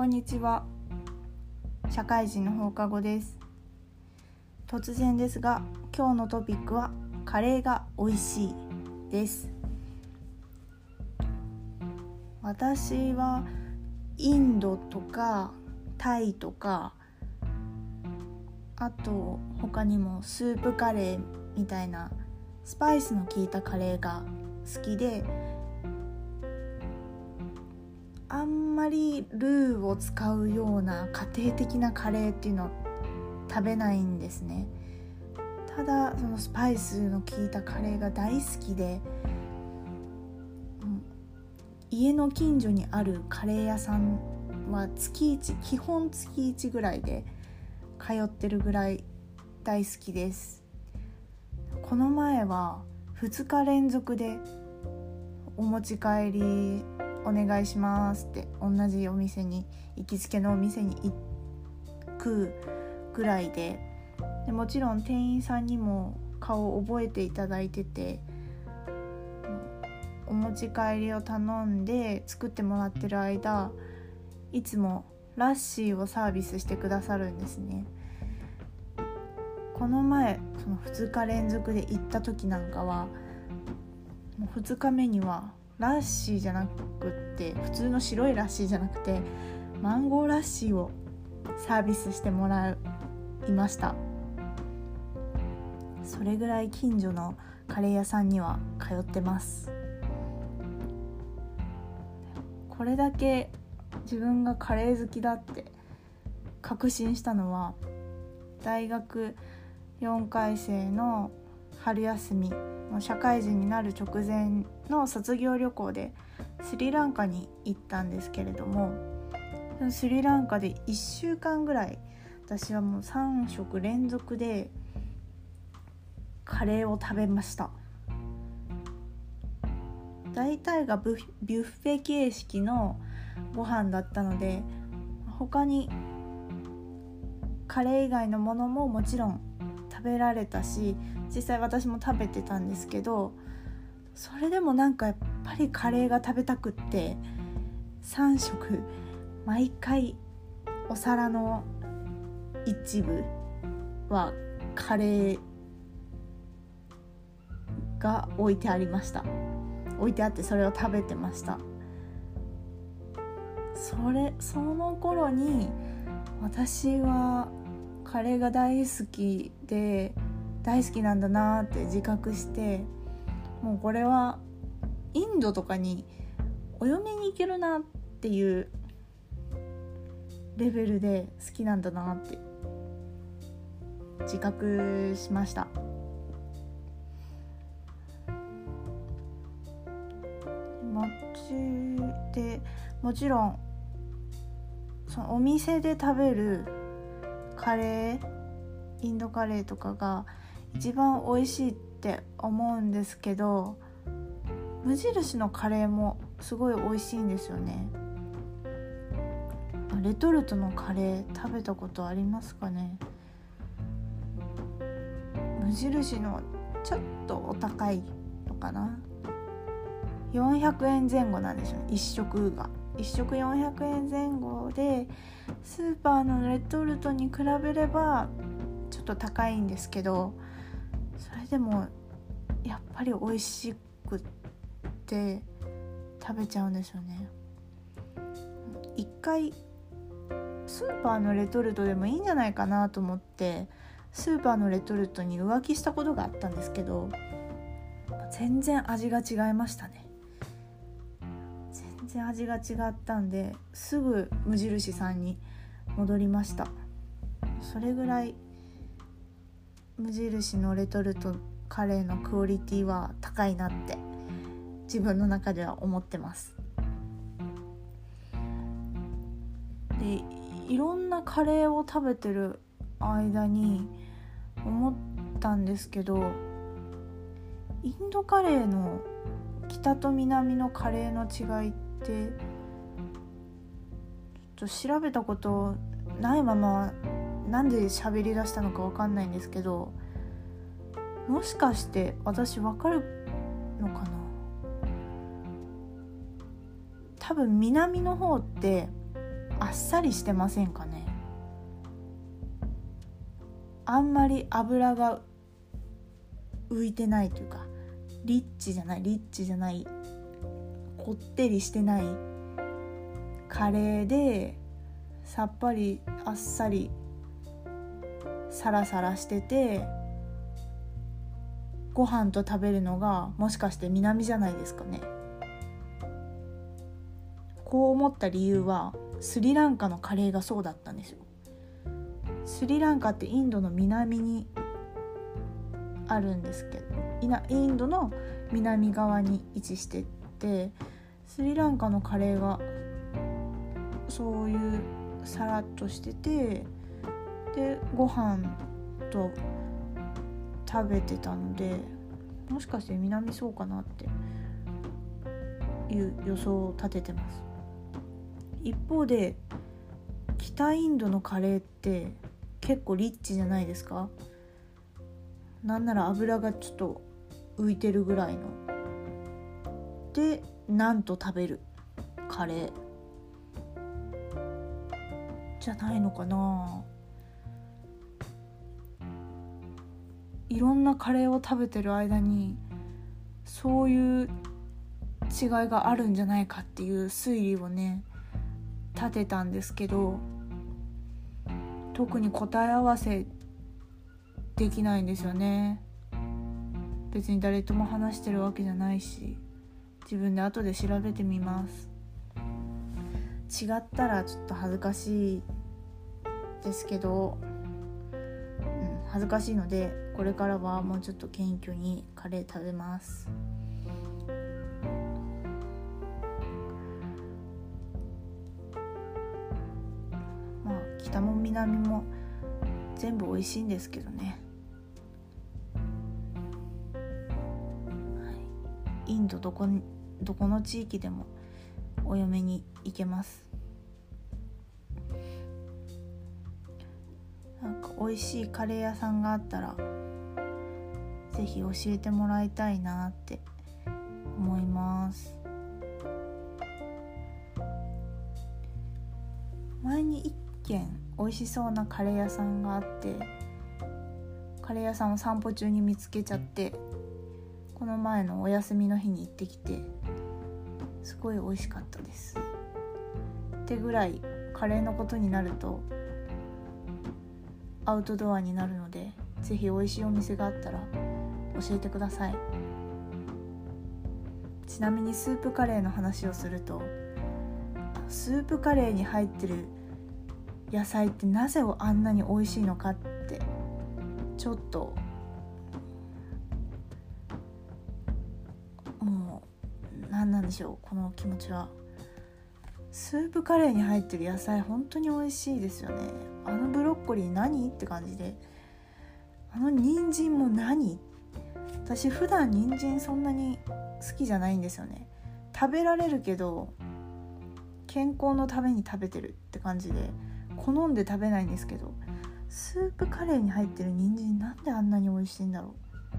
こんにちは。社会人の放課後です。突然ですが、今日のトピックはカレーが美味しいです。私はインドとかタイとか、あと他にもスープカレーみたいなスパイスの効いたカレーが好きで、あんまりルーを使うような家庭的なカレーっていうのを食べないんですね。ただそのスパイスの効いたカレーが大好きで、家の近所にあるカレー屋さんは基本月1ぐらいで通ってるぐらい大好きです。この前は2日連続でお持ち帰りお願いしますって同じお店に行きつけのお店に行くぐらいで、もちろん店員さんにも顔を覚えていただいてて、お持ち帰りを頼んで作ってもらってる間、いつもラッシーをサービスしてくださるんですね。この前その2日連続で行った時なんかは、もう2日目にはラッシーじゃなくって普通の白いラッシーじゃなくてマンゴーラッシーをサービスしてもらいました。それぐらい近所のカレー屋さんには通ってます。これだけ自分がカレー好きだって確信したのは、大学4回生の春休み、社会人になる直前の卒業旅行でスリランカに行ったんですけれども、スリランカで1週間ぐらい私はもう3食連続でカレーを食べました。大体がビュッフェ形式のご飯だったので、他にカレー以外のものももちろん食べられたし、実際私も食べてたんですけど、それでもなんかやっぱりカレーが食べたくって3食毎回お皿の一部はカレーが置いてありました。置いてあってそれを食べてました。その頃に私はカレーが大好きなんだなって自覚して、もうこれはインドとかにお嫁に行けるなっていうレベルで好きなんだなって自覚しました。もちろんそのお店で食べるカレー、インドカレーとかが一番美味しいって思うんですけど、無印のカレーもすごい美味しいんですよね。レトルトのカレー食べたことありますかね。無印のちょっとお高いのかな、400円前後なんでしょうね。1食400円前後で、スーパーのレトルトに比べればちょっと高いんですけど、それでもやっぱり美味しくって食べちゃうんですよね。一回スーパーのレトルトでもいいんじゃないかなと思ってスーパーのレトルトに浮気したことがあったんですけど、全然味が違いましたね。全然味が違ったんで、すぐ無印さんに戻りました。それぐらい無印のレトルトカレーのクオリティは高いなって自分の中では思ってます。で、いろんなカレーを食べてる間に思ったんですけど、インドカレーの北と南のカレーの違いってちょっと調べたことないままなんで喋り出したのか分かんないんですけど、もしかして私分かるのかな。多分南の方ってあっさりしてませんかね。あんまり油が浮いてないというか、リッチじゃないこってりしてないカレーで、さっぱりあっさりサラサラしてて、ご飯と食べるのがもしかして南じゃないですかね。こう思った理由はスリランカのカレーがそうだったんですよ。スリランカってインドの南にあるんですけど、インドの南側に位置してて、スリランカのカレーがそういうサラッとしてて、でご飯と食べてたので、もしかして南そうかなっていう予想を立ててます。一方で北インドのカレーって結構リッチじゃないですか。なんなら油がちょっと浮いてるぐらいので、なんと食べるカレーじゃないのかな。いろんなカレーを食べてる間にそういう違いがあるんじゃないかっていう推理をね立てたんですけど、特に答え合わせできないんですよね。別に誰とも話してるわけじゃないし、自分で後で調べてみます。違ったらちょっと恥ずかしいですけど、恥ずかしいのでこれからはもうちょっと謙虚にカレー食べます。まあ北も南も全部美味しいんですけどね、インドどこの地域でもお嫁に行けます。なんか美味しいカレー屋さんがあったらぜひ教えてもらいたいなって思います。前に一軒美味しそうなカレー屋さんがあって、カレー屋さんを散歩中に見つけちゃって、この前のお休みの日に行ってきて、すごい美味しかったですってぐらい、カレーのことになるとアウトドアになるので、ぜひ美味しいお店があったら教えてください。ちなみにスープカレーの話をすると、スープカレーに入ってる野菜ってなぜあんなに美味しいのかってちょっともう何なんでしょう、この気持ちは。スープカレーに入ってる野菜本当に美味しいですよね。あのブロッコリー何って感じで、あの人参も何。私普段人参そんなに好きじゃないんですよね。食べられるけど健康のために食べてるって感じで好んで食べないんですけど、スープカレーに入ってる人参なんであんなに美味しいんだろ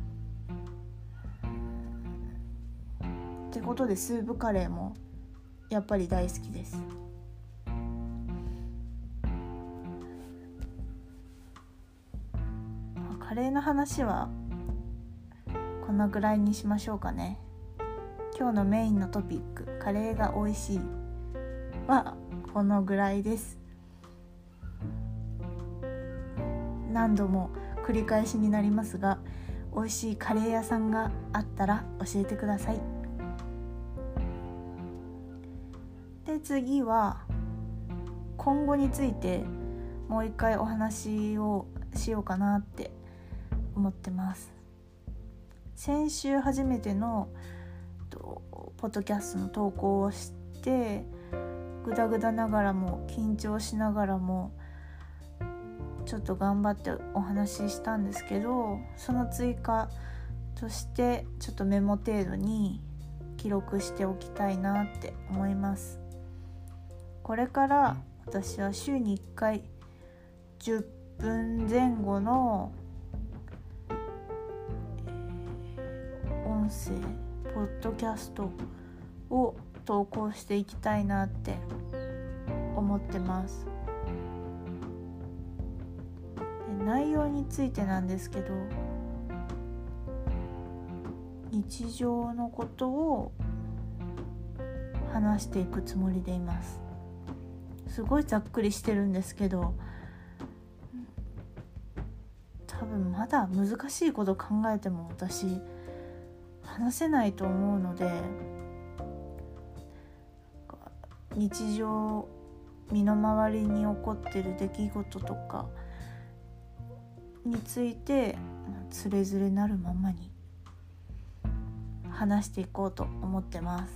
うってことで、スープカレーもやっぱり大好きです。カレーの話はこのぐらいにしましょうかね。今日のメインのトピック、カレーが美味しいはこのぐらいです。何度も繰り返しになりますが、美味しいカレー屋さんがあったら教えてください。で、次は今後についてもう一回お話をしようかなって思ってます。先週初めてのポッドキャストの投稿をしてグダグダながらも緊張しながらもちょっと頑張ってお話ししたんですけど、その追加としてちょっとメモ程度に記録しておきたいなって思います。これから私は週に1回10分前後の音声ポッドキャストを投稿していきたいなって思思ってます。で、内容についてなんですけど、日常のことを話していくつもりでいます。すごいざっくりしてるんですけど、多分まだ難しいこと考えても私話せないと思うので、日常身の回りに起こってる出来事とかについてつれづれなるままに話していこうと思ってます。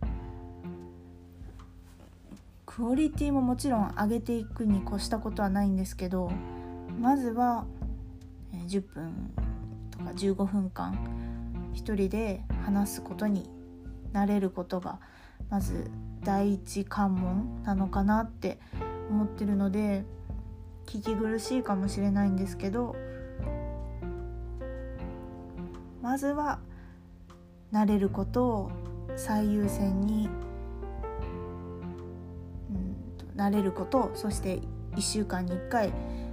クオリティももちろん上げていくに越したことはないんですけど、まずは10分とか15分間一人で話すことに慣れることがまず第一関門なのかなって思ってるので、聞き苦しいかもしれないんですけど、まずは慣れることを最優先に、慣れること、そして1週間に1回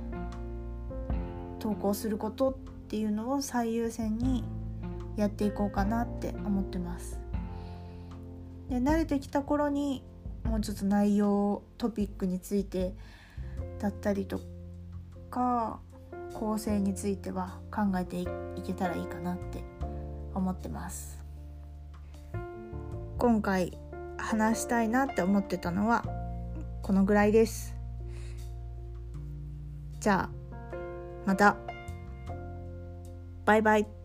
投稿することっていうのを最優先にやっていこうかなって思ってます。で、慣れてきた頃にもうちょっと内容、トピックについてだったりとか構成については考えていけたらいいかなって思ってます。今回話したいなって思ってたのはこのぐらいです。じゃあまた。バイバイ。